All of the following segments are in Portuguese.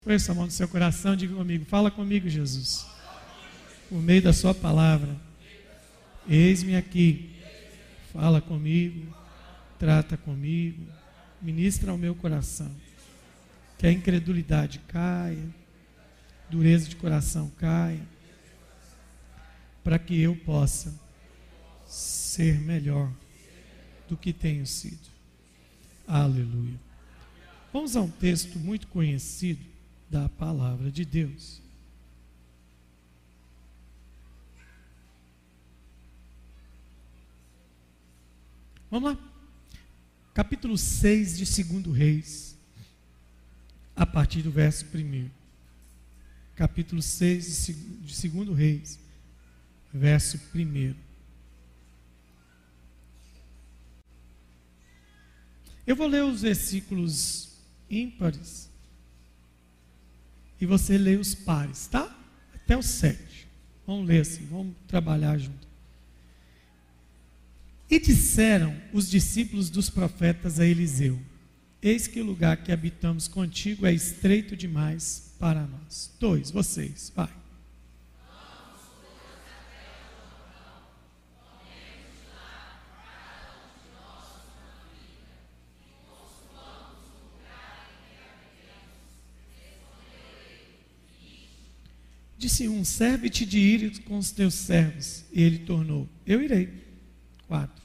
Põe essa mão no seu coração, diga comigo, fala comigo, Jesus. Por meio da sua palavra, eis-me aqui, fala comigo, trata comigo, ministra ao meu coração. Que a incredulidade caia, dureza de coração caia, para que eu possa ser melhor do que tenho sido. Aleluia. Vamos a um texto muito conhecido da palavra de Deus. Vamos lá. Capítulo 6 de 2 Reis, a partir do verso 1. Capítulo 6 de 2 Reis, verso 1. Eu vou ler os versículos ímpares e você lê os pares, tá? Até o 7. Vamos ler assim, vamos trabalhar junto. E disseram os discípulos dos profetas a Eliseu: eis que o lugar que habitamos contigo é estreito demais para nós. 2, vocês, vai. Disse um: serve-te de ir com os teus servos. E ele tornou: eu irei. 4.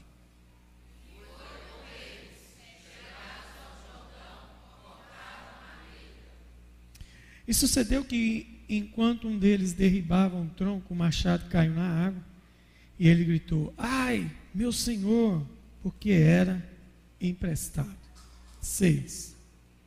E sucedeu que, enquanto um deles derribava um tronco, o machado caiu na água, e ele gritou: ai, meu senhor, porque era emprestado. 6.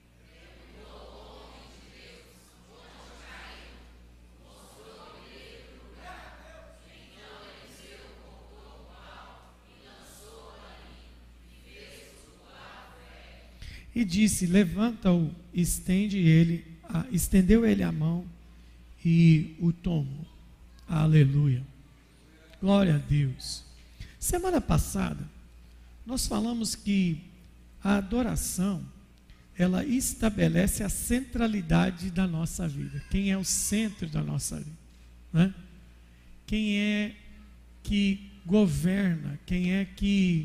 E disse: levanta-o, estendeu ele a mão e o tomou. Aleluia. Glória a Deus. Semana passada, nós falamos que a adoração, ela estabelece a centralidade da nossa vida. Quem é o centro da nossa vida, né? Quem é que governa, quem é que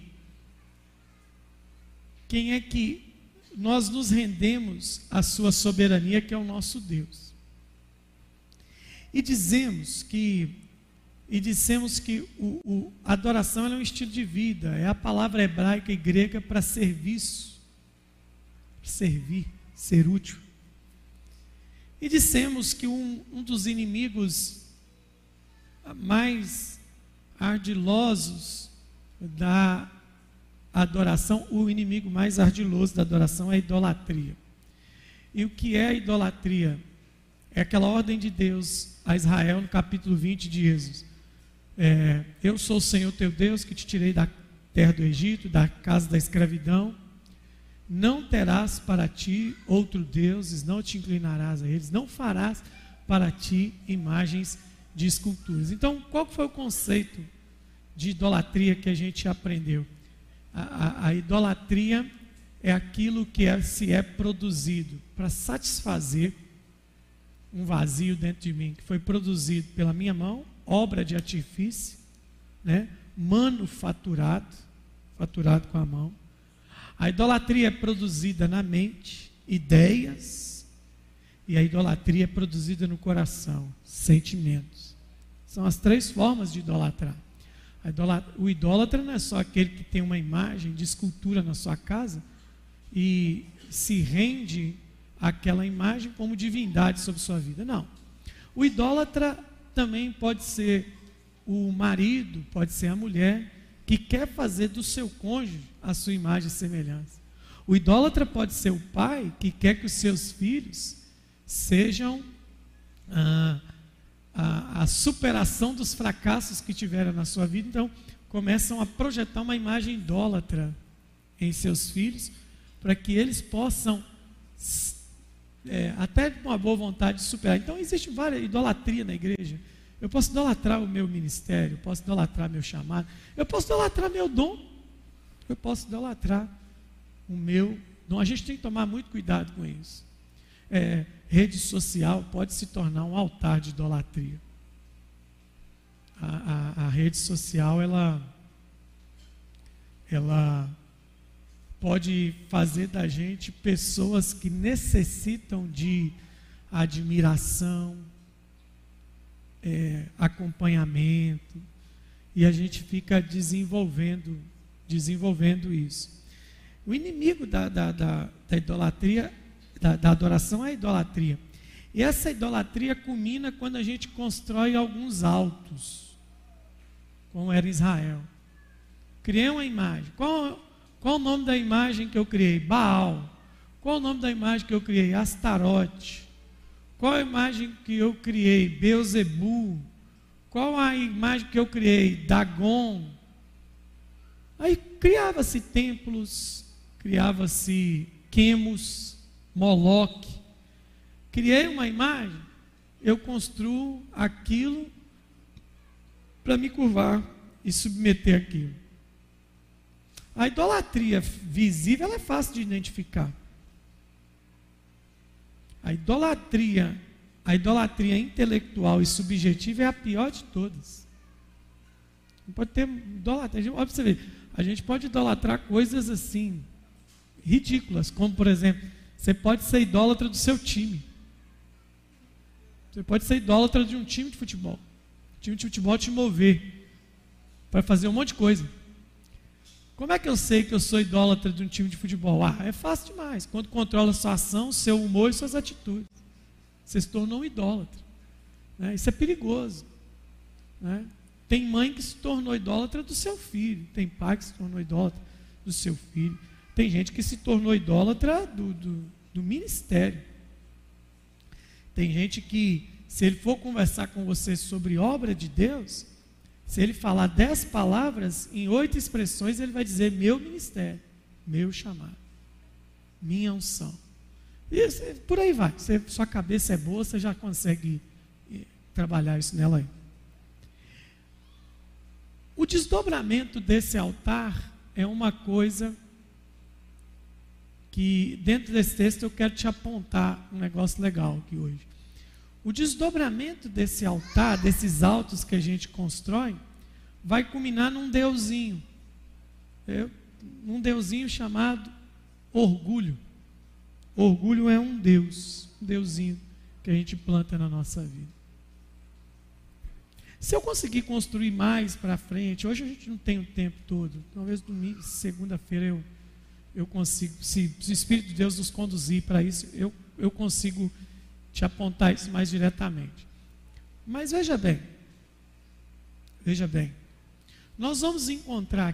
nós nos rendemos à sua soberania, que é o nosso Deus. E dissemos que a adoração é um estilo de vida, é a palavra hebraica e grega para serviço, servir, ser útil. E dissemos que um dos inimigos mais ardilosos da adoração, o inimigo mais ardiloso da adoração é a idolatria. E o que é a idolatria? É aquela ordem de Deus a Israel no capítulo 20 de Êxodo. Eu sou o Senhor teu Deus, que te tirei da terra do Egito, da casa da escravidão. Não terás para ti outro deuses, não te inclinarás a eles, não farás para ti imagens de esculturas. Então, qual foi o conceito de idolatria que a gente aprendeu? A idolatria é aquilo que se é produzido para satisfazer um vazio dentro de mim, que foi produzido pela minha mão, obra de artifício, né? Manufaturado, faturado com a mão. A idolatria é produzida na mente, ideias, e a idolatria é produzida no coração, sentimentos. São as 3 formas de idolatrar. O idólatra não é só aquele que tem uma imagem de escultura na sua casa e se rende àquela imagem como divindade sobre sua vida. Não. O idólatra também pode ser o marido, pode ser a mulher, que quer fazer do seu cônjuge a sua imagem e semelhança. O idólatra pode ser o pai, que quer que os seus filhos sejam a superação dos fracassos que tiveram na sua vida. Então começam a projetar uma imagem idólatra em seus filhos, para que eles possam até com uma boa vontade superar. Então existe várias idolatria na igreja. Eu posso idolatrar o meu ministério, eu posso idolatrar meu chamado, eu posso idolatrar meu dom, eu posso idolatrar o meu dom. A gente tem que tomar muito cuidado com isso. rede social pode se tornar um altar de idolatria. A rede social, ela pode fazer da gente pessoas que necessitam de admiração, acompanhamento, e a gente fica desenvolvendo isso. O inimigo da idolatria, da adoração é a idolatria. E essa idolatria culmina quando a gente constrói alguns altos, como era Israel. Criei uma imagem. Qual o nome da imagem que eu criei? Baal. Qual o nome da imagem que eu criei? Astarote. Qual a imagem que eu criei? Beelzebu. Qual a imagem que eu criei? Dagon. Aí criava-se templos, criava-se Quemos, Moloque. Criei uma imagem, eu construo aquilo para me curvar e submeter aquilo. A idolatria visível, ela é fácil de identificar. A idolatria intelectual e subjetiva é a pior de todas. Não pode ter idolatria. Olha para você ver, a gente pode idolatrar coisas assim, ridículas, como por exemplo, você pode ser idólatra do seu time. Você pode ser idólatra de um time de futebol. O time de futebol te mover para fazer um monte de coisa. Como é que eu sei que eu sou idólatra de um time de futebol? É fácil demais. Quando controla sua ação, seu humor e suas atitudes. Você se tornou um idólatra. Isso é perigoso. Tem mãe que se tornou idólatra do seu filho. Tem pai que se tornou idólatra do seu filho. Tem gente que se tornou idólatra do ministério. Tem gente que, se ele for conversar com você sobre obra de Deus, se ele falar 10 palavras, em 8 expressões ele vai dizer meu ministério, meu chamado, minha unção. E por aí vai. Sua cabeça é boa, você já consegue trabalhar isso nela aí. O desdobramento desse altar é uma coisa que, dentro desse texto, eu quero te apontar um negócio legal aqui hoje. O desdobramento desse altar, desses altos que a gente constrói, vai culminar num deusinho. Um deusinho chamado orgulho. Orgulho é um deusinho que a gente planta na nossa vida. Se eu conseguir construir mais para frente, hoje a gente não tem o tempo todo, talvez domingo, segunda-feira eu consigo, se o Espírito de Deus nos conduzir para isso, eu consigo te apontar isso mais diretamente. Mas veja bem, nós vamos encontrar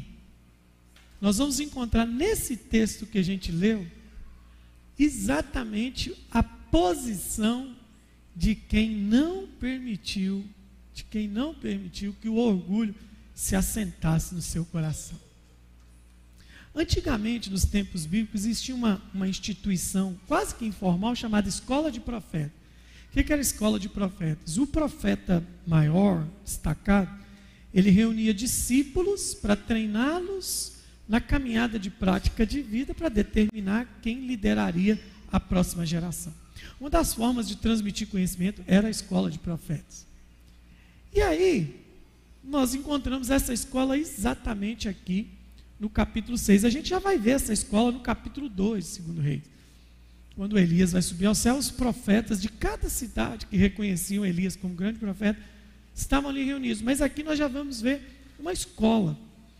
nesse texto que a gente leu, exatamente a posição de quem não permitiu que o orgulho se assentasse no seu coração. Antigamente, nos tempos bíblicos, existia uma instituição quase que informal chamada escola de profetas. O que era a escola de profetas? O profeta maior, destacado, ele reunia discípulos para treiná-los na caminhada de prática de vida para determinar quem lideraria a próxima geração. Uma das formas de transmitir conhecimento era a escola de profetas. E aí, nós encontramos essa escola exatamente aqui no capítulo 6. A gente já vai ver essa escola no capítulo 2, segundo Reis. Quando Elias vai subir ao céu, os profetas de cada cidade que reconheciam Elias como grande profeta estavam ali reunidos. Mas aqui nós já vamos ver uma escola.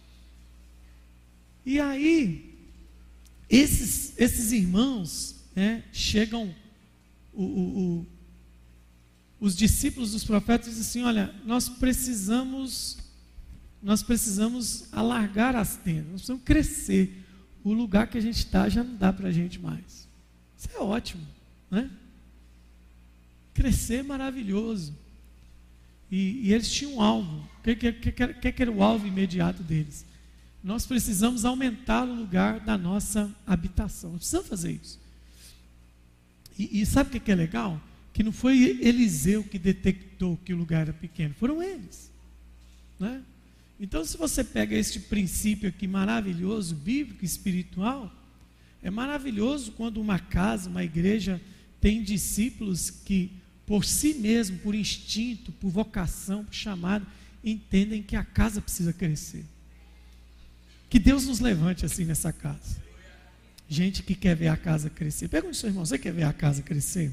E aí, esses irmãos, chegam, os discípulos dos profetas dizem assim: olha, nós precisamos alargar as tendas, nós precisamos crescer. O lugar que a gente está já não dá para a gente mais. Isso é ótimo, né? Crescer é maravilhoso. E eles tinham um alvo. O que era o alvo imediato deles? Nós precisamos aumentar o lugar da nossa habitação. Nós precisamos fazer isso. E sabe o que é legal? Que não foi Eliseu que detectou que o lugar era pequeno, foram eles, né? Então, se você pega este princípio aqui maravilhoso, bíblico, espiritual, é maravilhoso quando uma casa, uma igreja tem discípulos que, por si mesmo, por instinto, por vocação, por chamado, entendem que a casa precisa crescer. Que Deus nos levante assim nessa casa. Gente que quer ver a casa crescer. Pergunte ao seu irmão, você quer ver a casa crescer?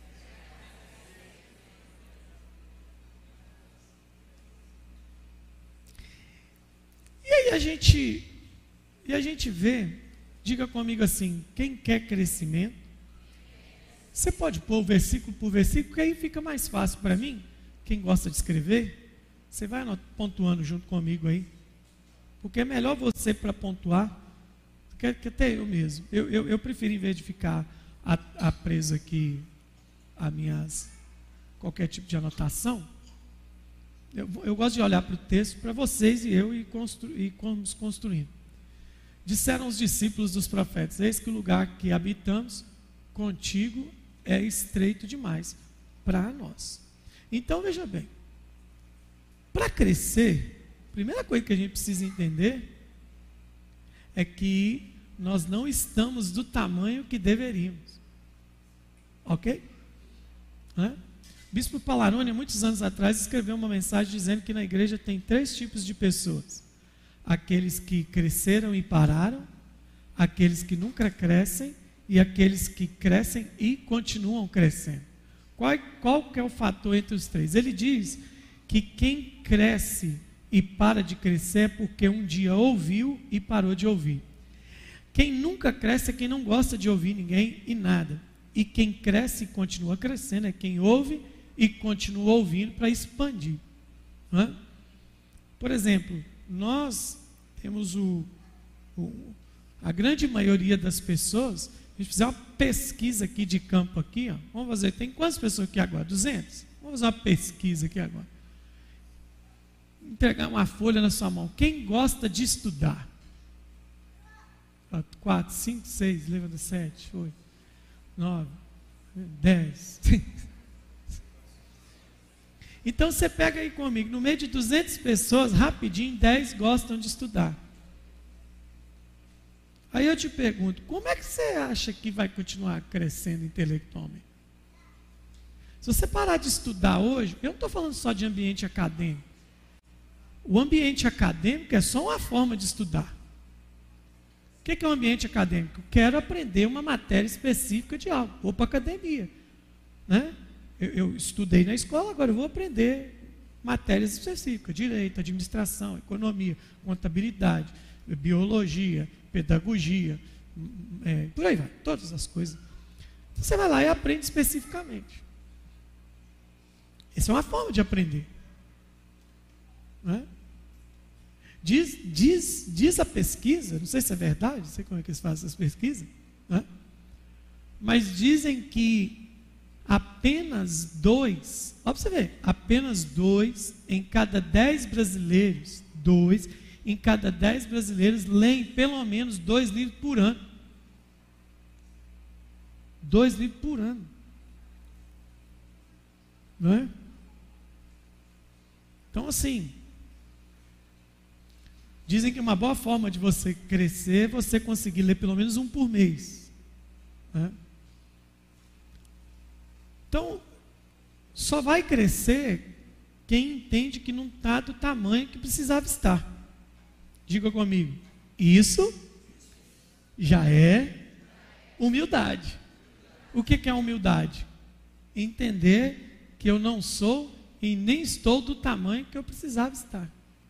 E aí a gente vê, diga comigo assim, quem quer crescimento? Você pode pôr versículo por versículo, que aí fica mais fácil para mim. Quem gosta de escrever, você vai pontuando junto comigo aí. Porque é melhor você para pontuar, que até eu mesmo. Eu prefiro, em vez de ficar preso aqui a qualquer tipo de anotação, eu gosto de olhar para o texto, para vocês e eu, e vamos construindo. Disseram os discípulos dos profetas: eis que o lugar que habitamos contigo é estreito demais para nós. Então, veja bem, para crescer, a primeira coisa que a gente precisa entender é que nós não estamos do tamanho que deveríamos. Ok? Bispo Palarone, há muitos anos atrás, escreveu uma mensagem dizendo que na igreja tem 3 tipos de pessoas: aqueles que cresceram e pararam, aqueles que nunca crescem e aqueles que crescem e continuam crescendo. Qual que é o fator entre os 3? Ele diz que quem cresce e para de crescer é porque um dia ouviu e parou de ouvir. Quem nunca cresce é quem não gosta de ouvir ninguém e nada. E quem cresce e continua crescendo é quem ouve e continua ouvindo para expandir. Por exemplo, nós temos a grande maioria das pessoas. A gente fizer uma pesquisa aqui de campo aqui, ó. Vamos fazer, tem quantas pessoas aqui agora? 200? Vamos fazer uma pesquisa aqui agora. Entregar uma folha na sua mão. Quem gosta de estudar? 4, 5, 6, levanta 7, 8, 9, 10. Então você pega aí comigo, no meio de 200 pessoas, rapidinho, 10 gostam de estudar. Aí eu te pergunto, como é que você acha que vai continuar crescendo intelectualmente? Se você parar de estudar hoje, eu não estou falando só de ambiente acadêmico. O ambiente acadêmico é só uma forma de estudar. O que é o ambiente acadêmico? Quero aprender uma matéria específica de algo, vou para a academia. Eu estudei na escola, agora eu vou aprender matérias específicas, direito, administração, economia, contabilidade, biologia, pedagogia, por aí vai, todas as coisas. Você vai lá e aprende especificamente. Essa é uma forma de aprender. Diz a pesquisa, não sei se é verdade, não sei como é que eles fazem essas pesquisas, mas dizem que apenas 2, ó, para você ver, apenas 2 em cada 10 brasileiros, 2 em cada 10 brasileiros leem pelo menos 2 livros por ano. 2 livros por ano. Não é? Então, assim, dizem que uma boa forma de você crescer é você conseguir ler pelo menos um por mês. Né? Então, só vai crescer quem entende que não está do tamanho que precisava estar. Diga comigo, isso já é humildade. O que é humildade? Entender que eu não sou e nem estou do tamanho que eu precisava estar.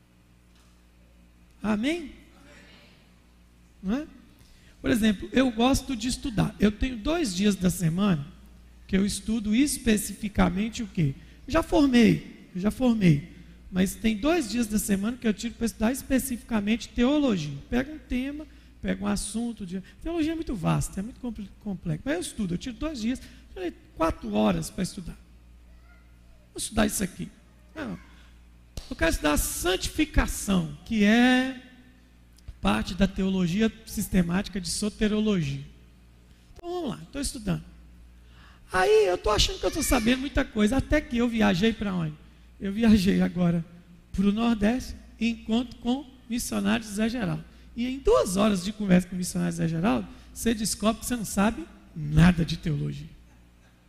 Amém? Não é? Por exemplo, eu gosto de estudar. Eu tenho 2 dias da semana que eu estudo especificamente o quê? Eu já formei. Mas tem 2 dias da semana que eu tiro para estudar especificamente teologia. Pego um tema, pego um assunto. Teologia é muito vasta, é muito complexo. Mas eu estudo, eu tiro 2 dias, 4 horas para estudar. Vou estudar isso aqui. Não. Eu quero estudar a santificação, que é parte da teologia sistemática de soteriologia. Então vamos lá, estou estudando. Aí eu estou achando que eu estou sabendo muita coisa, até que eu viajei para onde? Eu viajei agora para o Nordeste, em encontro com o missionário José Geraldo. E em 2 horas de conversa com o missionário José Geraldo, você descobre que você não sabe nada de teologia.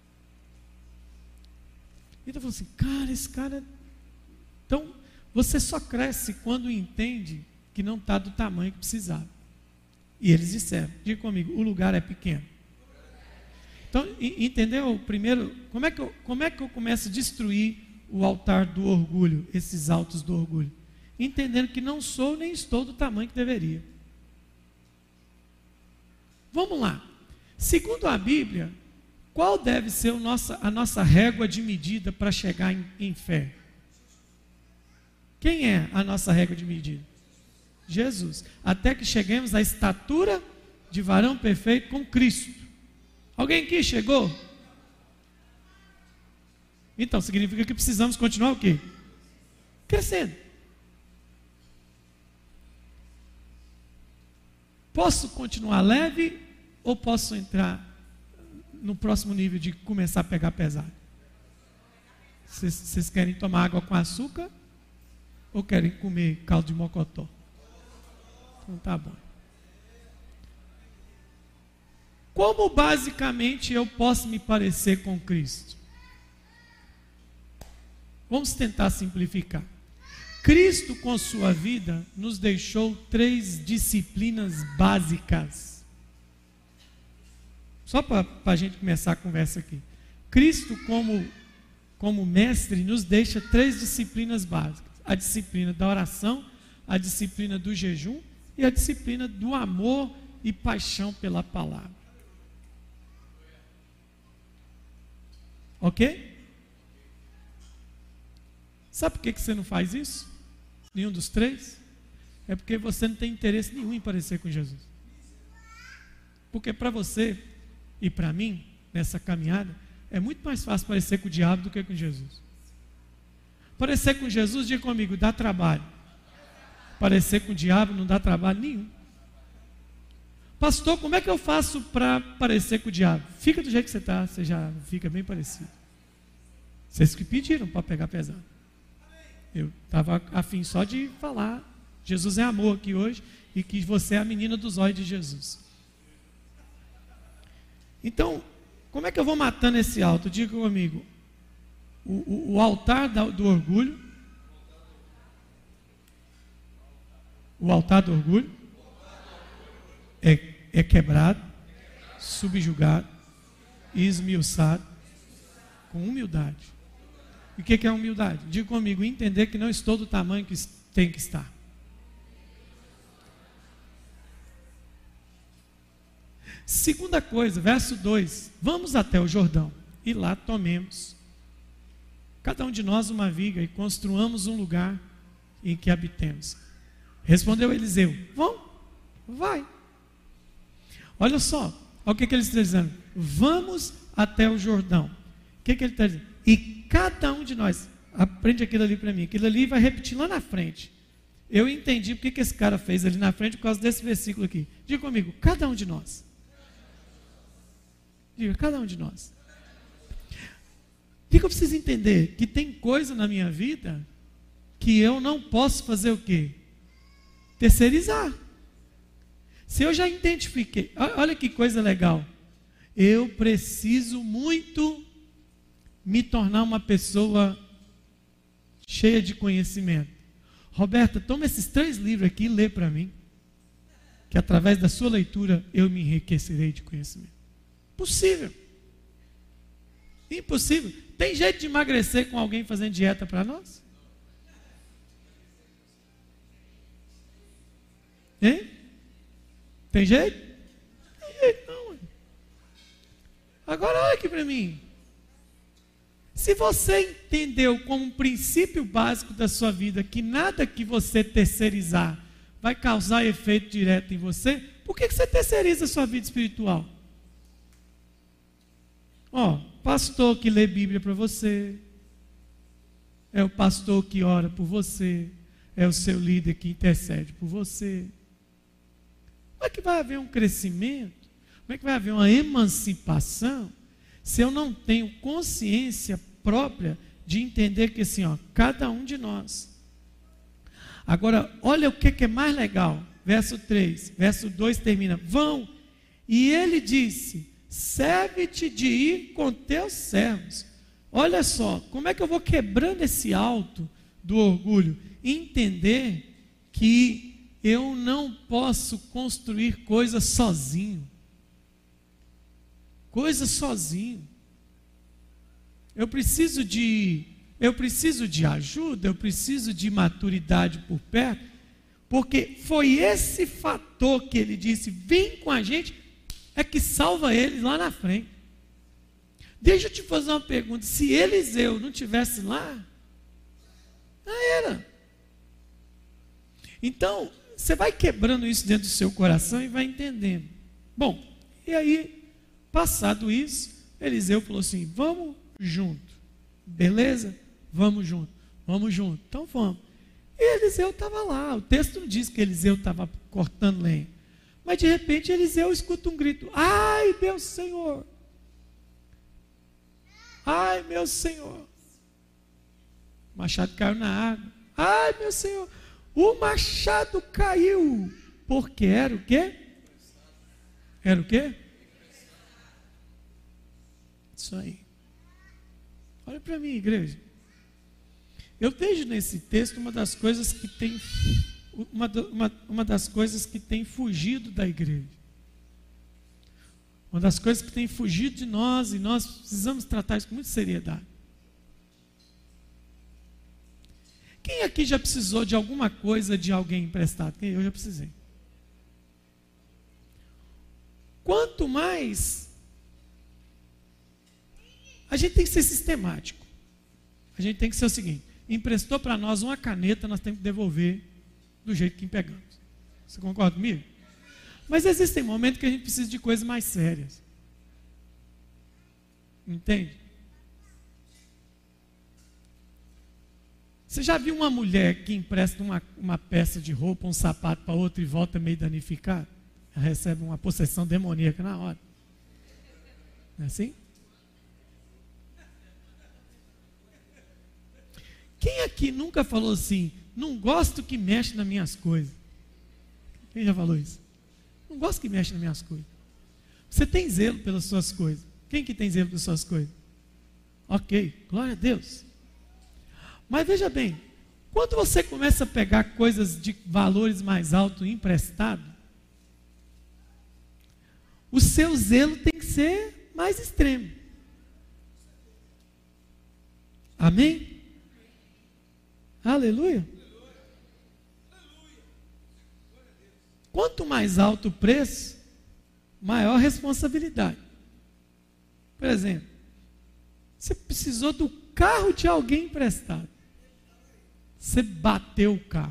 Então falou assim, cara, esse cara... Então, você só cresce quando entende que não está do tamanho que precisava. E eles disseram, diga comigo, o lugar é pequeno. Então, entendeu? Primeiro, como é que eu começo a destruir o altar do orgulho, esses altos do orgulho? Entendendo que não sou nem estou do tamanho que deveria. Vamos lá. Segundo a Bíblia, qual deve ser a nossa régua de medida para chegar em fé? Quem é a nossa régua de medida? Jesus. Até que cheguemos à estatura de varão perfeito com Cristo. Alguém aqui chegou? Então, significa que precisamos continuar o quê? Crescendo. Posso continuar leve ou posso entrar no próximo nível de começar a pegar pesado? Vocês querem tomar água com açúcar ou querem comer caldo de mocotó? Então tá bom. Como basicamente eu posso me parecer com Cristo? Vamos tentar simplificar. Cristo, com sua vida, nos deixou 3 disciplinas básicas. Só para a gente começar a conversa aqui. Cristo, como mestre, nos deixa 3 disciplinas básicas. A disciplina da oração, a disciplina do jejum e a disciplina do amor e paixão pela palavra. Ok? Sabe por que você não faz isso? Nenhum dos 3? É porque você não tem interesse nenhum em parecer com Jesus. Porque para você e para mim, nessa caminhada, é muito mais fácil parecer com o diabo do que com Jesus. Parecer com Jesus, diga comigo, dá trabalho. Parecer com o diabo não dá trabalho nenhum. Pastor, como é que eu faço para parecer com o diabo? Fica do jeito que você está, você já fica bem parecido. Vocês que pediram para pegar pesado. Eu estava afim só de falar, Jesus é amor aqui hoje, e que você é a menina dos olhos de Jesus. Então, como é que eu vou matando esse alto? Diga comigo, o altar do orgulho, o altar do orgulho é quebrado, subjugado e esmiuçado com humildade. E o que é humildade? Diga comigo, entender que não estou do tamanho que tem que estar. Segunda coisa, verso 2, vamos até o Jordão e lá tomemos, cada um de nós uma viga e construamos um lugar em que habitemos. Respondeu Eliseu, vai. Olha só, olha o que ele está dizendo, vamos até o Jordão. O que ele está dizendo? E cada um de nós, aprende aquilo ali para mim, aquilo ali vai repetir lá na frente. Eu entendi porque que esse cara fez ali na frente por causa desse versículo aqui. Diga comigo, cada um de nós. Diga, cada um de nós. O que eu preciso entender? Que tem coisa na minha vida que eu não posso fazer o quê? Terceirizar. Se eu já identifiquei, olha que coisa legal. Eu preciso muito me tornar uma pessoa cheia de conhecimento. Roberta, toma esses 3 livros aqui e lê para mim, que através da sua leitura eu me enriquecerei de conhecimento. Possível. Impossível. Tem jeito de emagrecer com alguém fazendo dieta para nós? Hein? Tem jeito? Tem jeito não. Agora olha aqui para mim. Se você entendeu como um princípio básico da sua vida que nada que você terceirizar vai causar efeito direto em você, por que você terceiriza a sua vida espiritual? Pastor que lê Bíblia para você, é o pastor que ora por você, é o seu líder que intercede por você. Como é que vai haver um crescimento? Como é que vai haver uma emancipação se eu não tenho consciência própria de entender que assim, cada um de nós. Agora, olha o que é mais legal. Verso 3, verso 2 termina, vão, e ele disse, serve-te de ir com teus servos. olha só, como é que eu vou quebrando esse alto do orgulho? Entender que eu não posso construir coisas sozinho. Coisas sozinho. Eu preciso de ajuda, eu preciso de maturidade por perto, porque foi esse fator que ele disse, vem com a gente, é que salva eles lá na frente. Deixa eu te fazer uma pergunta, se Eliseu não estivesse lá, já era. Então, você vai quebrando isso dentro do seu coração e vai entendendo. Bom, e aí, passado isso, Eliseu falou assim, vamos junto, beleza? Vamos junto, então vamos. E Eliseu estava lá, o texto não diz que Eliseu estava cortando lenha, mas de repente Eliseu escuta um grito, ai meu Senhor, ai meu Senhor, o machado caiu na água, ai meu Senhor, o machado caiu, porque era o quê? Era o quê? Isso aí. Olha para mim, igreja. Eu vejo nesse texto uma das coisas que tem fugido da igreja. Uma das coisas que tem fugido de nós, e nós precisamos tratar isso com muita seriedade. Quem aqui já precisou de alguma coisa de alguém emprestado? Eu já precisei. Quanto mais, a gente tem que ser sistemático. A gente tem que ser o seguinte, emprestou para nós uma caneta, nós temos que devolver do jeito que pegamos. Você concorda comigo? Mas existem momentos que a gente precisa de coisas mais sérias. Entende? Você já viu uma mulher que empresta uma peça de roupa, um sapato para outra e volta meio danificada? Ela recebe uma possessão demoníaca na hora. Não é assim? Quem aqui nunca falou assim, não gosto que mexe nas minhas coisas? Quem já falou isso? Não gosto que mexe nas minhas coisas. Você tem zelo pelas suas coisas. Quem que tem zelo pelas suas coisas? Ok, glória a Deus. Mas veja bem, quando você começa a pegar coisas de valores mais altos emprestado, o seu zelo tem que ser mais extremo. Amém? Aleluia. Quanto mais alto o preço, maior a responsabilidade. Por exemplo, você precisou do carro de alguém emprestado. Você bateu o carro.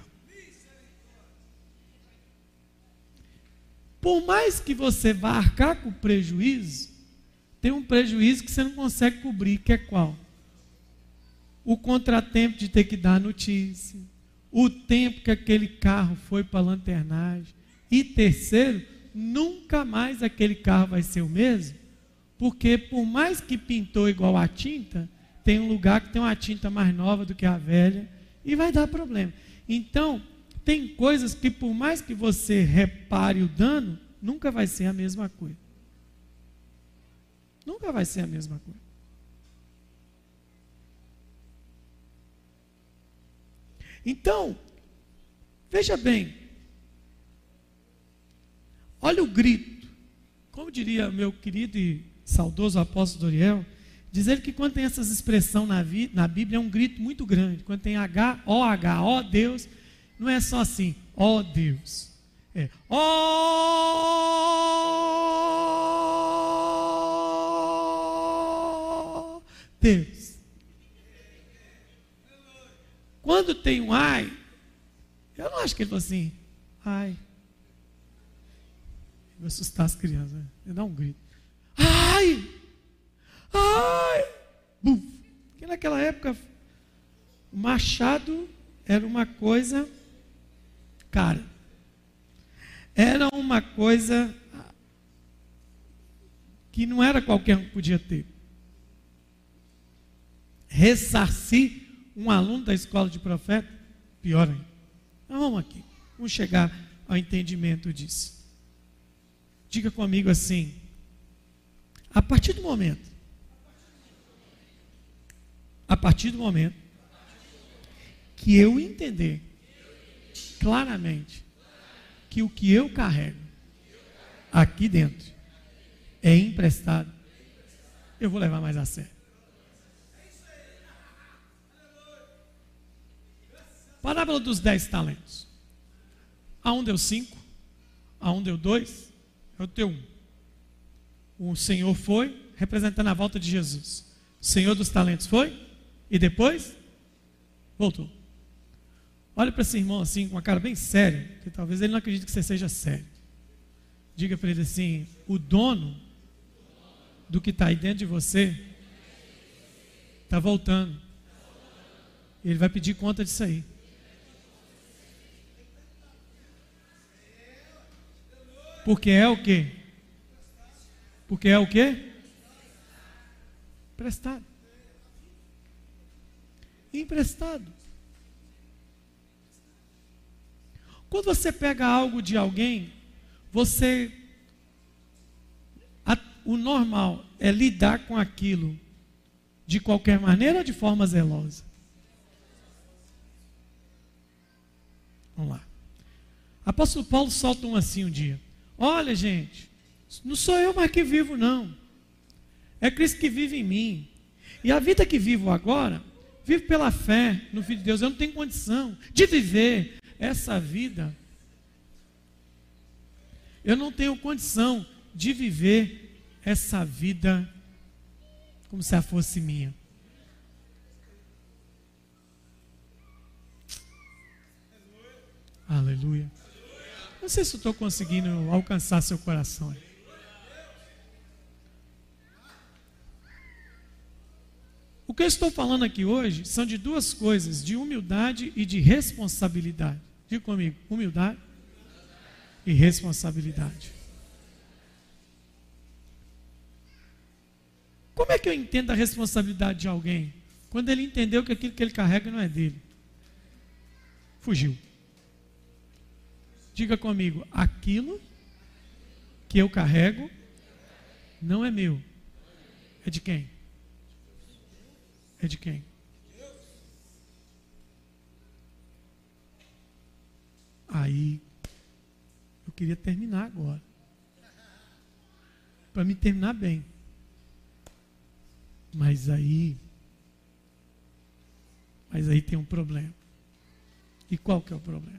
Por mais que você vá arcar com prejuízo, tem um prejuízo que você não consegue cobrir, que é qual? O contratempo de ter que dar notícia, o tempo que aquele carro foi para a lanternagem, e terceiro, nunca mais aquele carro vai ser o mesmo, porque por mais que pintou igual a tinta, tem um lugar que tem uma tinta mais nova do que a velha, e vai dar problema. Então, tem coisas que por mais que você repare o dano, nunca vai ser a mesma coisa. Nunca vai ser a mesma coisa. Então, veja bem, olha o grito, como diria meu querido e saudoso apóstolo Doriel, dizer que quando tem essas expressões na Bíblia é um grito muito grande, quando tem H, ó Deus, não é só assim, ó Deus, é ó Deus. Quando tem um ai, eu não acho que ele falou assim, ai. Vou assustar as crianças, né? Ele dá um grito. Ai! Ai! Buf! Porque naquela época, o machado era uma coisa cara. Era uma coisa que não era qualquer um que podia ter. Ressarcir um aluno da escola de profeta, pior ainda. Então vamos aqui, vamos chegar ao entendimento disso. Diga comigo assim, a partir do momento A partir do momento que eu entender claramente que o que eu carrego aqui dentro é emprestado, eu vou levar mais a sério. Parábola dos 10 talentos. A um deu 5, a um deu 2, eu tenho 1. O Senhor foi, representando a volta de Jesus. O Senhor dos talentos foi, e depois voltou. Olha para esse irmão assim, com uma cara bem séria, que talvez ele não acredite que você seja sério. Diga para ele assim: o dono do que está aí dentro de você está voltando. Ele vai pedir conta disso aí. Porque é o quê? Porque é o quê? Emprestado. Emprestado. Quando você pega algo de alguém, o normal é lidar com aquilo de qualquer maneira ou de forma zelosa? Vamos lá. Apóstolo Paulo solta assim um dia. Olha, gente, não sou eu mais que vivo, não. É Cristo que vive em mim. E a vida que vivo agora, vivo pela fé no Filho de Deus. Eu não tenho condição de viver essa vida. Eu não tenho condição de viver essa vida como se ela fosse minha. Aleluia. Não sei se eu estou conseguindo alcançar seu coração. O que eu estou falando aqui hoje são de duas coisas: de humildade e de responsabilidade. Diga comigo: humildade e responsabilidade. Como é que eu entendo a responsabilidade de alguém? Quando ele entendeu que aquilo que ele carrega não é dele. Fugiu. Diga comigo: aquilo que eu carrego não é meu. É de quem? É de quem? Aí, eu queria terminar agora. Para me terminar bem. Mas aí tem um problema. E qual que é o problema?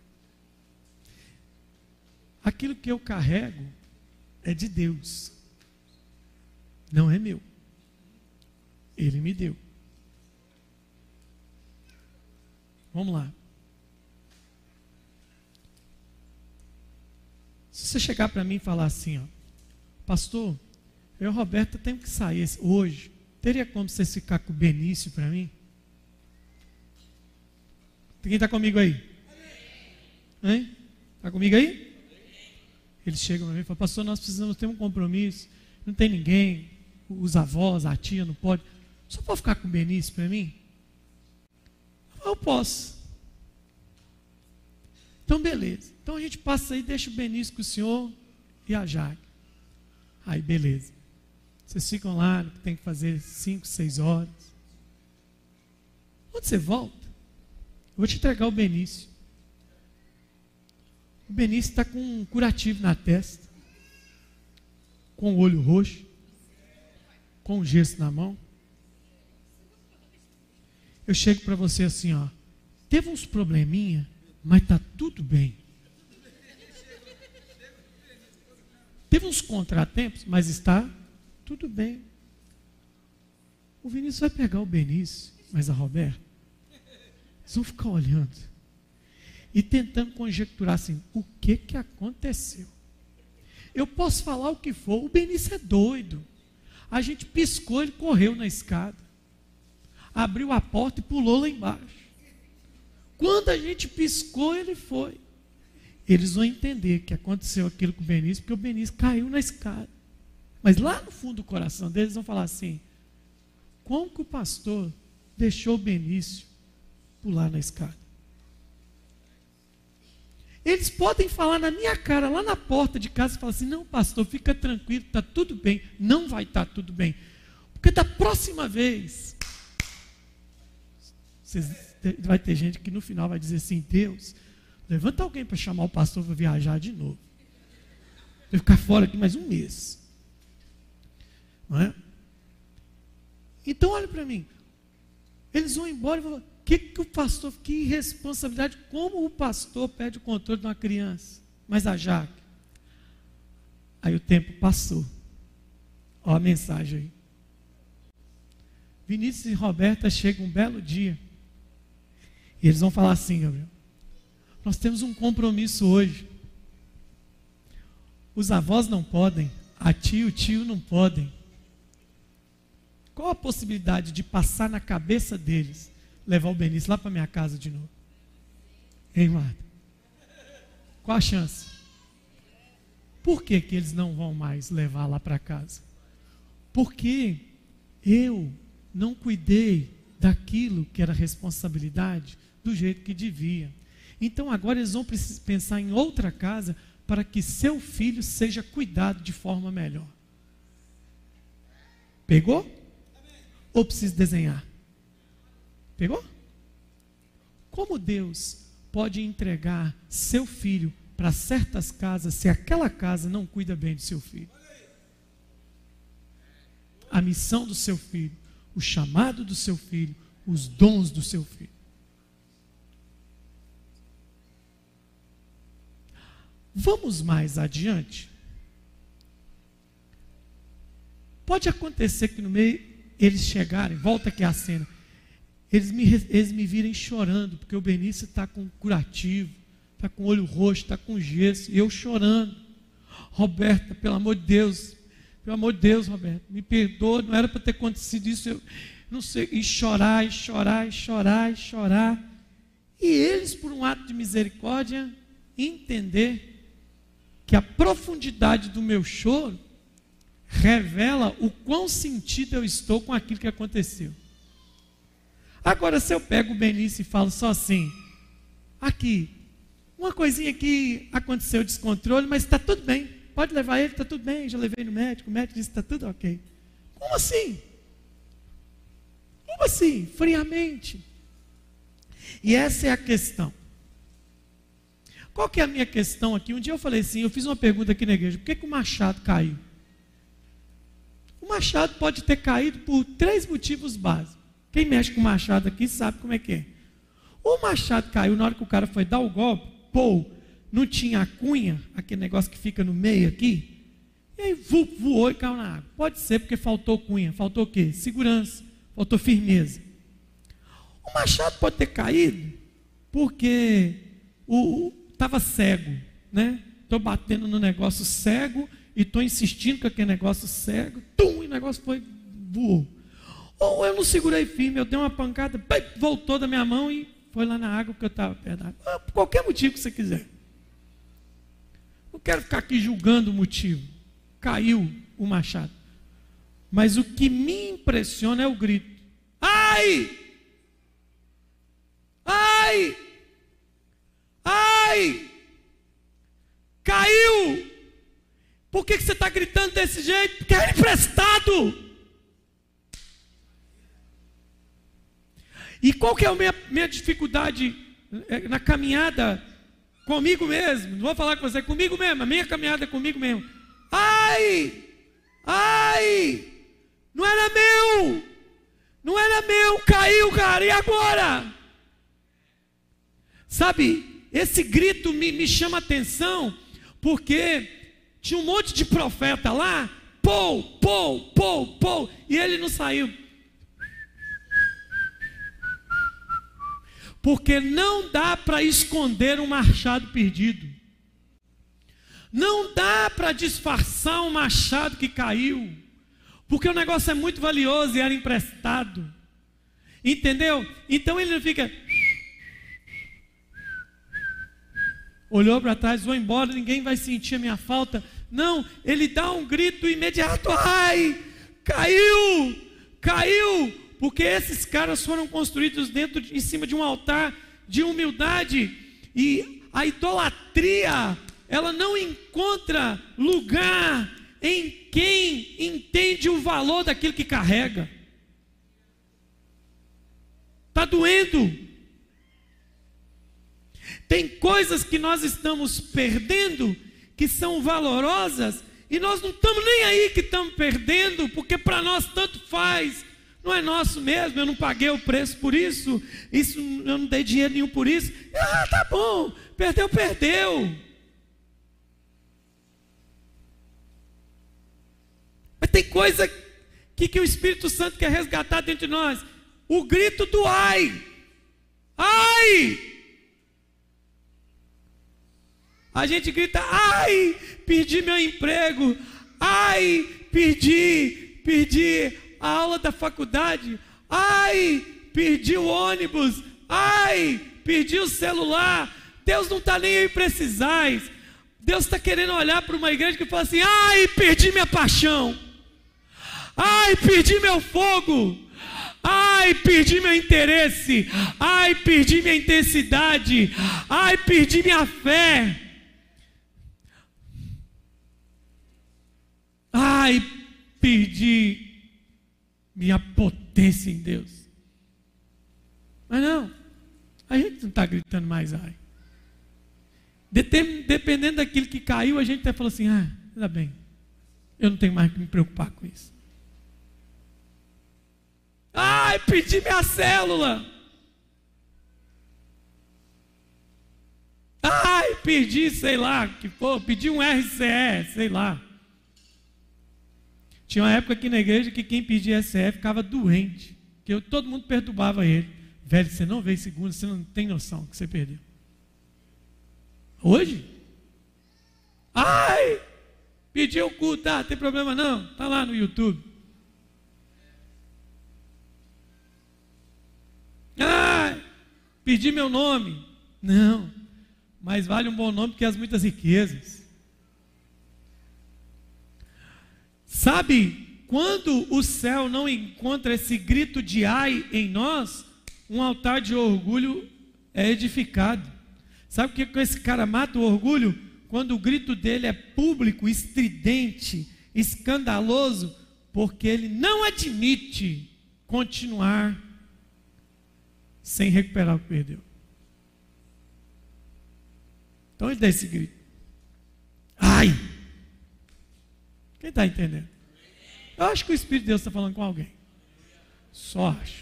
Aquilo que eu carrego é de Deus. Não é meu. Ele me deu. Vamos lá. Se você chegar para mim e falar assim, ó: pastor, eu e o Roberto temos que sair hoje. Teria como você ficar com o Benício para mim? Quem está comigo aí? Hein? Está comigo aí? Eles chegam para mim e falam: pastor, nós precisamos ter um compromisso. Não tem ninguém, os avós, a tia não pode. Só pode ficar com o Benício para mim? Eu posso. Então beleza. Então a gente passa aí, deixa o Benício com o senhor e a Jaque. Aí beleza. Vocês ficam lá, tem que fazer 5, 6 horas. Quando você volta, eu vou te entregar o Benício. O Benício está com um curativo na testa, com o olho roxo, com um gesso na mão. Eu chego para você assim, ó: teve uns probleminha, mas está tudo bem. Teve uns contratempos, mas está tudo bem. O Vinícius vai pegar o Benício, mas a Roberta, eles vão ficar olhando e tentando conjecturar assim: o que aconteceu? Eu posso falar o que for, o Benício é doido. A gente piscou, ele correu na escada, abriu a porta e pulou lá embaixo. Quando a gente piscou, ele foi. Eles vão entender que aconteceu aquilo com o Benício, porque o Benício caiu na escada. Mas lá no fundo do coração deles vão falar assim: como que o pastor deixou o Benício pular na escada? Eles podem falar na minha cara, lá na porta de casa, e falar assim: não, pastor, fica tranquilo, está tudo bem. Não vai estar tudo bem. Porque da próxima vez Vai ter gente que no final vai dizer assim: Deus, levanta alguém para chamar o pastor para viajar de novo. Vai ficar fora aqui mais um mês. Não é? Então olha para mim. Eles vão embora e vão falar: que o pastor, que irresponsabilidade, como o pastor perde o controle de uma criança? Mas a Jaque. Aí o tempo passou. Olha a mensagem aí. Vinícius e Roberta chegam um belo dia. E eles vão falar assim: Gabriel, nós temos um compromisso hoje. Os avós não podem, a tia e o tio não podem. Qual a possibilidade de passar na cabeça deles levar o Benício lá para minha casa de novo? Hein, Marta? Qual a chance? Por que eles não vão mais levar lá para casa? Porque eu não cuidei daquilo que era responsabilidade do jeito que devia. Então agora eles vão pensar em outra casa para que seu filho seja cuidado de forma melhor. Pegou? Ou preciso desenhar? Pegou? Como Deus pode entregar seu filho para certas casas se aquela casa não cuida bem do seu filho? A missão do seu filho, o chamado do seu filho, os dons do seu filho. Vamos mais adiante. Pode acontecer que no meio eles chegarem, volta aqui a cena, eles me virem chorando, porque o Benício está com curativo, está com olho roxo, está com gesso, e eu chorando. Roberta, pelo amor de Deus, Roberta, me perdoa, não era para ter acontecido isso, eu não sei, e chorar, e chorar, e chorar, e chorar. E eles, por um ato de misericórdia, entender que a profundidade do meu choro revela o quão sentido eu estou com aquilo que aconteceu. Agora, se eu pego o Benício e falo só assim: aqui, uma coisinha que aconteceu, descontrole, mas está tudo bem, pode levar ele, está tudo bem, já levei no médico, o médico disse que está tudo ok. Como assim? Como assim? Friamente. E essa é a questão. Qual que é a minha questão aqui? Um dia eu falei assim, eu fiz uma pergunta aqui na igreja: por que o machado caiu? O machado pode ter caído por 3 motivos básicos. Quem mexe com o machado aqui sabe como é que é. O machado caiu na hora que o cara foi dar o golpe, não tinha a cunha, aquele negócio que fica no meio aqui, e aí voou e caiu na água. Pode ser porque faltou cunha, faltou o quê? Segurança, faltou firmeza. O machado pode ter caído porque estava cego, né? Estou batendo no negócio cego e estou insistindo com aquele negócio cego, e o negócio voou. Ou eu não segurei firme, eu dei uma pancada, voltou da minha mão e foi lá na água porque eu estava perto da água. Por qualquer motivo que você quiser. Não quero ficar aqui julgando o motivo. Caiu o machado. Mas o que me impressiona é o grito: ai! Ai! Ai! Caiu! Por que você está gritando desse jeito? Porque era emprestado. E qual que é a minha dificuldade na caminhada comigo mesmo? Não vou falar com você, comigo mesmo. A minha caminhada é comigo mesmo. Ai! Ai! Não era meu! Não era meu! Caiu, cara! E agora? Sabe, esse grito me chama atenção, porque tinha um monte de profeta lá, e ele não saiu. Porque não dá para esconder um machado perdido. Não dá para disfarçar um machado que caiu. Porque o negócio é muito valioso e era emprestado. Entendeu? Então ele não fica... olhou para trás, vou embora, ninguém vai sentir a minha falta. Não, ele dá um grito imediato: ai, caiu, caiu, porque esses caras foram construídos em cima de um altar de humildade, e a idolatria, ela não encontra lugar em quem entende o valor daquilo que carrega. Está doendo. Tem coisas que nós estamos perdendo que são valorosas e nós não estamos nem aí que estamos perdendo, porque para nós tanto faz. Não é nosso mesmo, eu não paguei o preço por isso, eu não dei dinheiro nenhum por isso. Ah, tá bom, perdeu, perdeu. Mas tem coisa que o Espírito Santo quer resgatar dentro de nós. O grito do ai. Ai! A gente grita, ai, perdi meu emprego. Ai, perdi a aula da faculdade. Ai, perdi o ônibus. Ai, perdi o celular. Deus não está nem aí precisais. Deus está querendo olhar para uma igreja que fala assim, ai, perdi minha paixão. Ai, perdi meu fogo. Ai, perdi meu interesse. Ai, perdi minha intensidade. Ai, perdi minha fé. Ai, perdi minha potência em Deus. Mas não, a gente não está gritando mais ai. Dependendo daquilo que caiu, a gente até fala assim, ainda bem, eu não tenho mais que me preocupar com isso. Ai, perdi minha célula. Ai, perdi, sei lá, perdi um RCE, sei lá. Tinha uma época aqui na igreja que quem pedia RCE ficava doente, que todo mundo perturbava ele. Velho, você não veio segunda, você não tem noção que você perdeu. Hoje? Ai, pedi o culto, tá, tem problema não, tá lá no YouTube. Ai, pedi meu nome. Não, mas vale um bom nome que as muitas riquezas. Sabe, quando o céu não encontra esse grito de ai em nós, um altar de orgulho é edificado. Sabe o que esse cara mata o orgulho? Quando o grito dele é público, estridente, escandaloso, porque ele não admite continuar sem recuperar o que perdeu. Então ele dá esse grito. Ai! Quem está entendendo? Eu acho que o Espírito de Deus está falando com alguém. Só acho.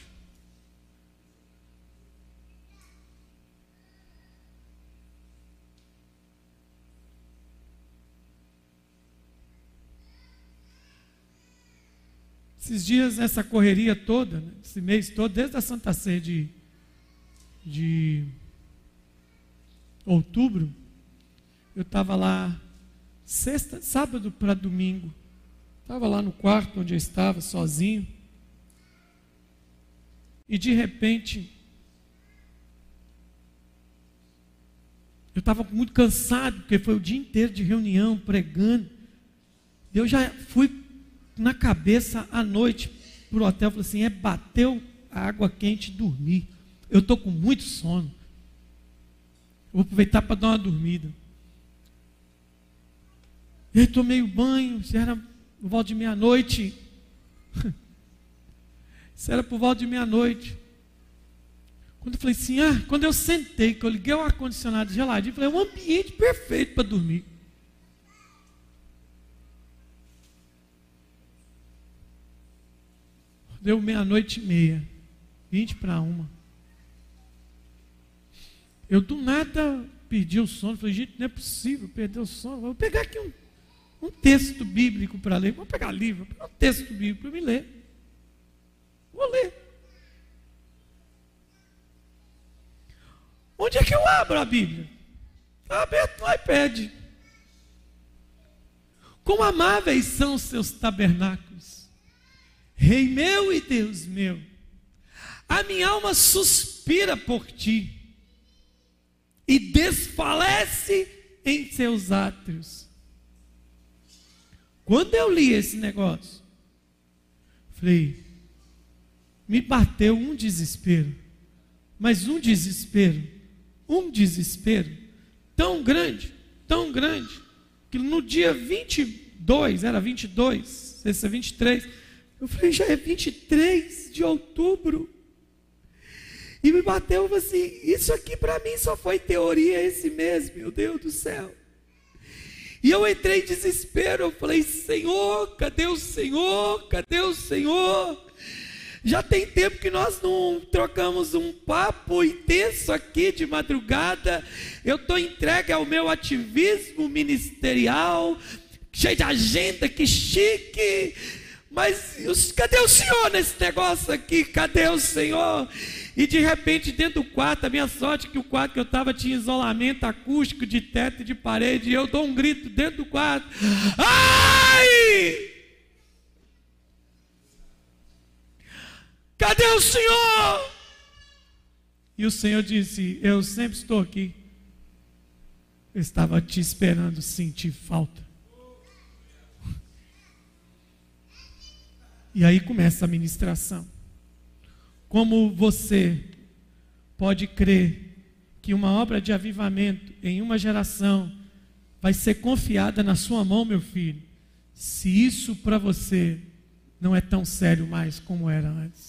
Esses dias, nessa correria toda, esse mês todo, desde a Santa Ceia de outubro, eu estava lá, sábado para domingo, estava lá no quarto onde eu estava, sozinho, e de repente, eu estava muito cansado, porque foi o dia inteiro de reunião, pregando, eu já fui na cabeça à noite para o hotel, falei assim, bateu a água quente e dormir, eu estou com muito sono, eu vou aproveitar para dar uma dormida. E aí tomei o banho, isso era por volta de meia-noite. Isso era por volta de meia-noite. Quando eu falei assim, quando eu sentei, que eu liguei o ar-condicionado geladinho, falei, é um ambiente perfeito para dormir. Deu 00:30, 00:20. Eu do nada perdi o sono, falei, gente, não é possível perder o sono. Vou pegar aqui um texto bíblico para ler. Vou pegar livro, vou pegar um texto bíblico para me ler. Vou ler. Onde é que eu abro a Bíblia? Está aberto no iPad. Quão amáveis são os seus tabernáculos, Rei meu e Deus meu. A minha alma suspira por ti e desfalece em seus átrios. Quando eu li esse negócio, falei, me bateu um desespero, mas um desespero tão grande, que no dia 22, era 22, esse é 23, eu falei, já é 23 de outubro, E me bateu assim, isso aqui para mim só foi teoria esse mês, meu Deus do céu. E eu entrei em desespero, eu falei, Senhor, cadê o Senhor? Cadê o Senhor? Já tem tempo que nós não trocamos um papo intenso aqui de madrugada. Eu estou entregue ao meu ativismo ministerial, cheio de agenda, que chique. Mas cadê o Senhor nesse negócio aqui? Cadê o Senhor? E de repente dentro do quarto, a minha sorte é que o quarto que eu estava tinha isolamento acústico de teto e de parede. E eu dou um grito dentro do quarto. Ai! Cadê o Senhor? E o Senhor disse, eu sempre estou aqui. Eu estava te esperando sentir falta. E aí começa a ministração. Como você pode crer que uma obra de avivamento em uma geração vai ser confiada na sua mão, meu filho, se isso para você não é tão sério mais como era antes?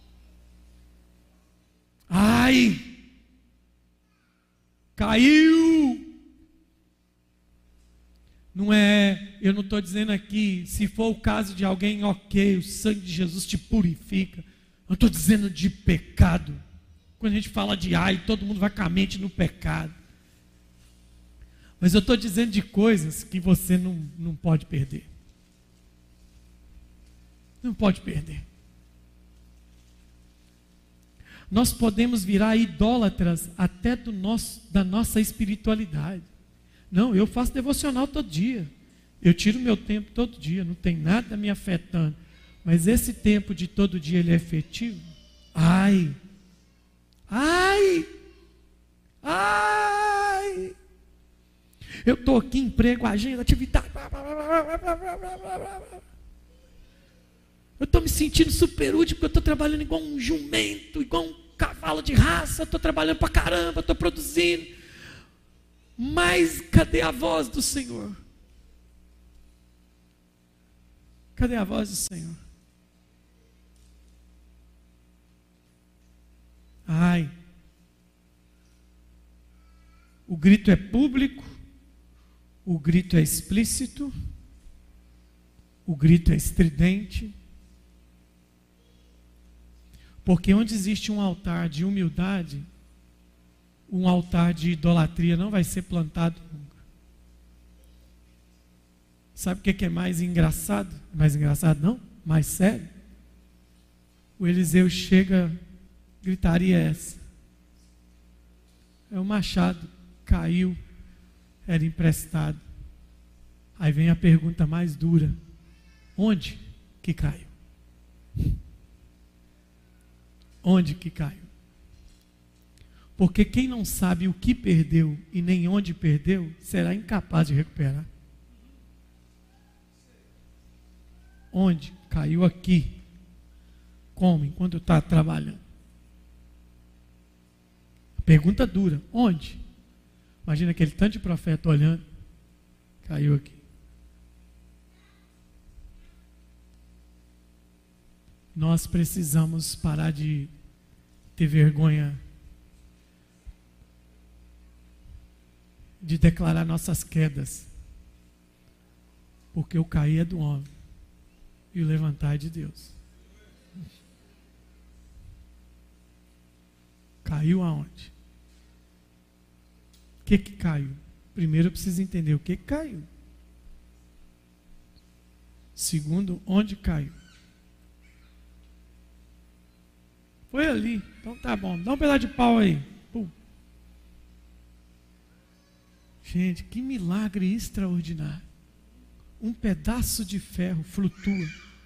Ai! Caiu! Não é, eu não estou dizendo aqui, se for o caso de alguém, ok, o sangue de Jesus te purifica. Eu estou dizendo de pecado. Quando a gente fala de ai, todo mundo vai com a mente no pecado. Mas eu estou dizendo de coisas que você não pode perder. Não pode perder. Nós podemos virar idólatras até da nossa espiritualidade. Não, eu faço devocional todo dia. Eu tiro meu tempo todo dia, não tem nada me afetando. Mas esse tempo de todo dia, ele é efetivo? Ai! Ai! Ai! Eu estou aqui, emprego, agenda, atividade. Eu estou me sentindo super útil, porque eu estou trabalhando igual um jumento, igual um cavalo de raça. Estou trabalhando para caramba, estou produzindo. Mas cadê a voz do Senhor? Cadê a voz do Senhor? Ai, o grito é público, o grito é explícito, o grito é estridente, porque onde existe um altar de humildade, um altar de idolatria não vai ser plantado nunca. Sabe o que é mais engraçado? Mais engraçado não? Mais sério? O Eliseu chega, gritaria é essa. É o machado, caiu, era emprestado. Aí vem a pergunta mais dura. Onde que caiu? Onde que caiu? Porque quem não sabe o que perdeu e nem onde perdeu, será incapaz de recuperar. Onde? Caiu aqui. Como? Enquanto está trabalhando. Pergunta dura. Onde? Imagina aquele tanto de profeta olhando. Caiu aqui. Nós precisamos parar de ter vergonha de declarar nossas quedas. Porque o cair é do homem e o levantar é de Deus. Caiu aonde? O que caiu? Primeiro eu preciso entender o que caiu. Segundo, onde caiu? Foi ali. Então tá bom. Dá um pedaço de pau aí. Pum. Gente, que milagre extraordinário. Um pedaço de ferro flutua.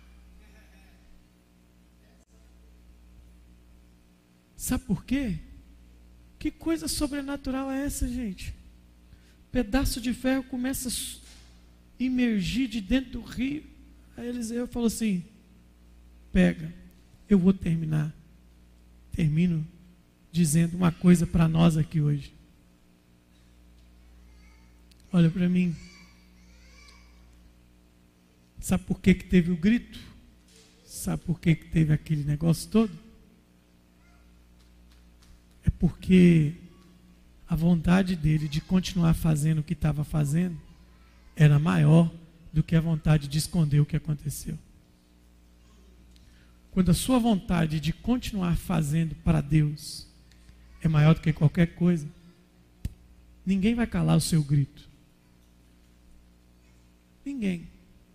Sabe por quê? Que coisa sobrenatural é essa, gente? Pedaço de ferro começa a imergir de dentro do rio. Aí Eliseu falou assim: pega, eu vou terminar. Termino dizendo uma coisa para nós aqui hoje. Olha para mim. Sabe por que teve o grito? Sabe por que teve aquele negócio todo? porque a vontade dele de continuar fazendo o que estava fazendo era maior do que a vontade de esconder o que aconteceu. Quando a sua vontade de continuar fazendo para Deus é maior do que qualquer coisa, ninguém vai calar o seu grito. Ninguém.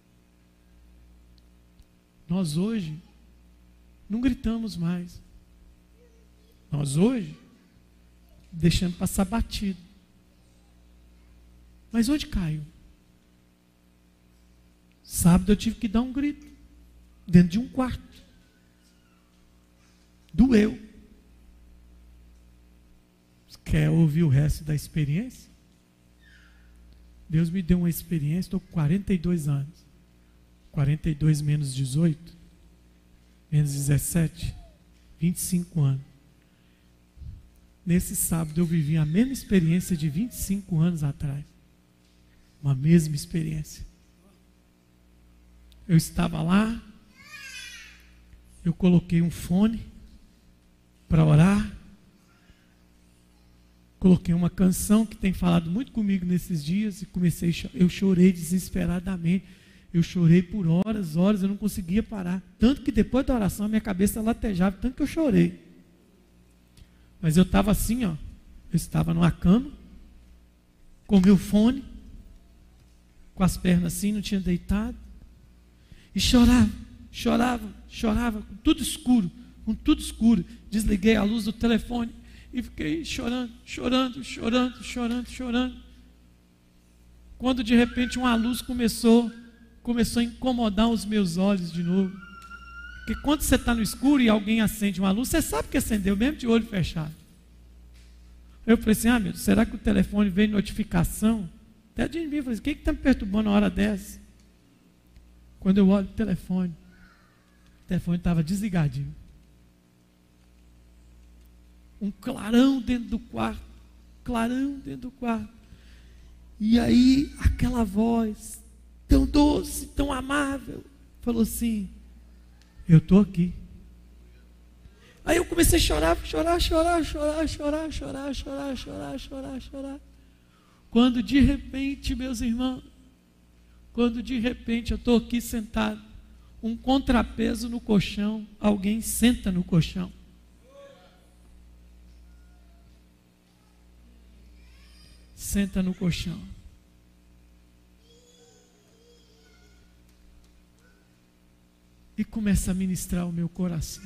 Nós hoje não gritamos mais. Nós hoje deixamos passar batido. Mas onde caiu? Sábado eu tive que dar um grito dentro de um quarto. Doeu. Quer ouvir o resto da experiência? Deus me deu uma experiência, estou com 42 anos. 42 menos 18, menos 17, 25 anos. Nesse sábado eu vivi a mesma experiência de 25 anos atrás. Uma mesma experiência. Eu estava lá, eu coloquei um fone para orar, coloquei uma canção que tem falado muito comigo nesses dias e eu chorei desesperadamente. Eu chorei por horas, eu não conseguia parar. Tanto que depois da oração a minha cabeça latejava, tanto que eu chorei. Mas eu estava assim, ó. Eu estava numa cama, com o meu fone, com as pernas assim, não tinha deitado. E chorava, com tudo escuro. Desliguei a luz do telefone e fiquei chorando. Quando de repente uma luz começou a incomodar os meus olhos de novo. Porque quando você está no escuro e alguém acende uma luz, você sabe que acendeu, mesmo de olho fechado. Eu falei assim, meu Deus, será que o telefone veio notificação? Até de mim, eu falei assim, o que está me perturbando na hora dessa? Quando eu olho o telefone estava desligadinho. Um clarão dentro do quarto. E aí, aquela voz tão doce, tão amável, falou assim, eu estou aqui. Aí eu comecei a chorar. Quando de repente, meus irmãos, eu estou aqui sentado, um contrapeso no colchão, alguém senta no colchão. Senta no colchão. E começa a ministrar o meu coração.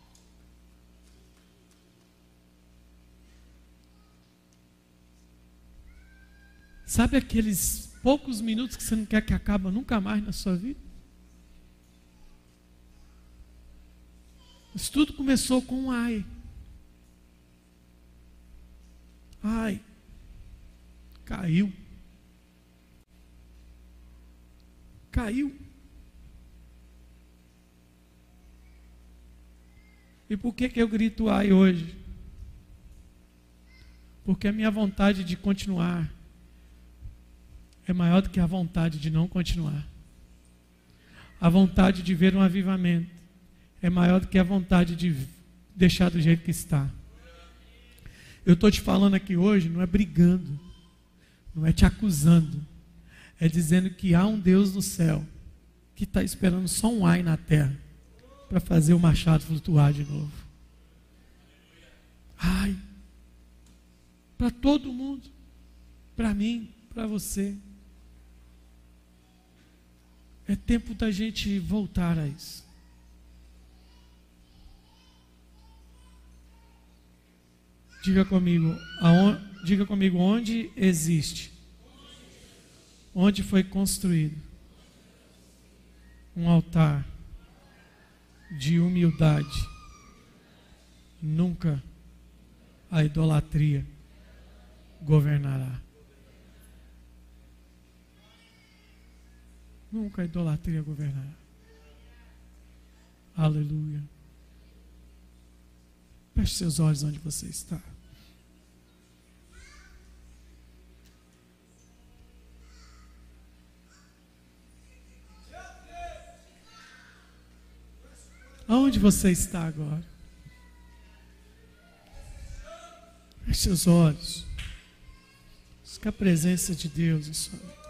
Sabe aqueles poucos minutos que você não quer que acabe nunca mais na sua vida? Isso tudo começou com um ai. Ai. Caiu. E por que eu grito ai hoje? Porque a minha vontade de continuar é maior do que a vontade de não continuar. A vontade de ver um avivamento é maior do que a vontade de deixar do jeito que está. Eu estou te falando aqui hoje, não é brigando, não é te acusando, é dizendo que há um Deus no céu que está esperando só um ai na terra para fazer o machado flutuar de novo. Ai, para todo mundo, para mim, para você. É tempo da gente voltar a isso. Diga comigo, onde existe, onde foi construído um altar de humildade, nunca a idolatria governará. Nunca a idolatria governará. Aleluia. Feche seus olhos onde você está. Aonde você está agora? Feche seus olhos. Busque a presença de Deus em sua vida.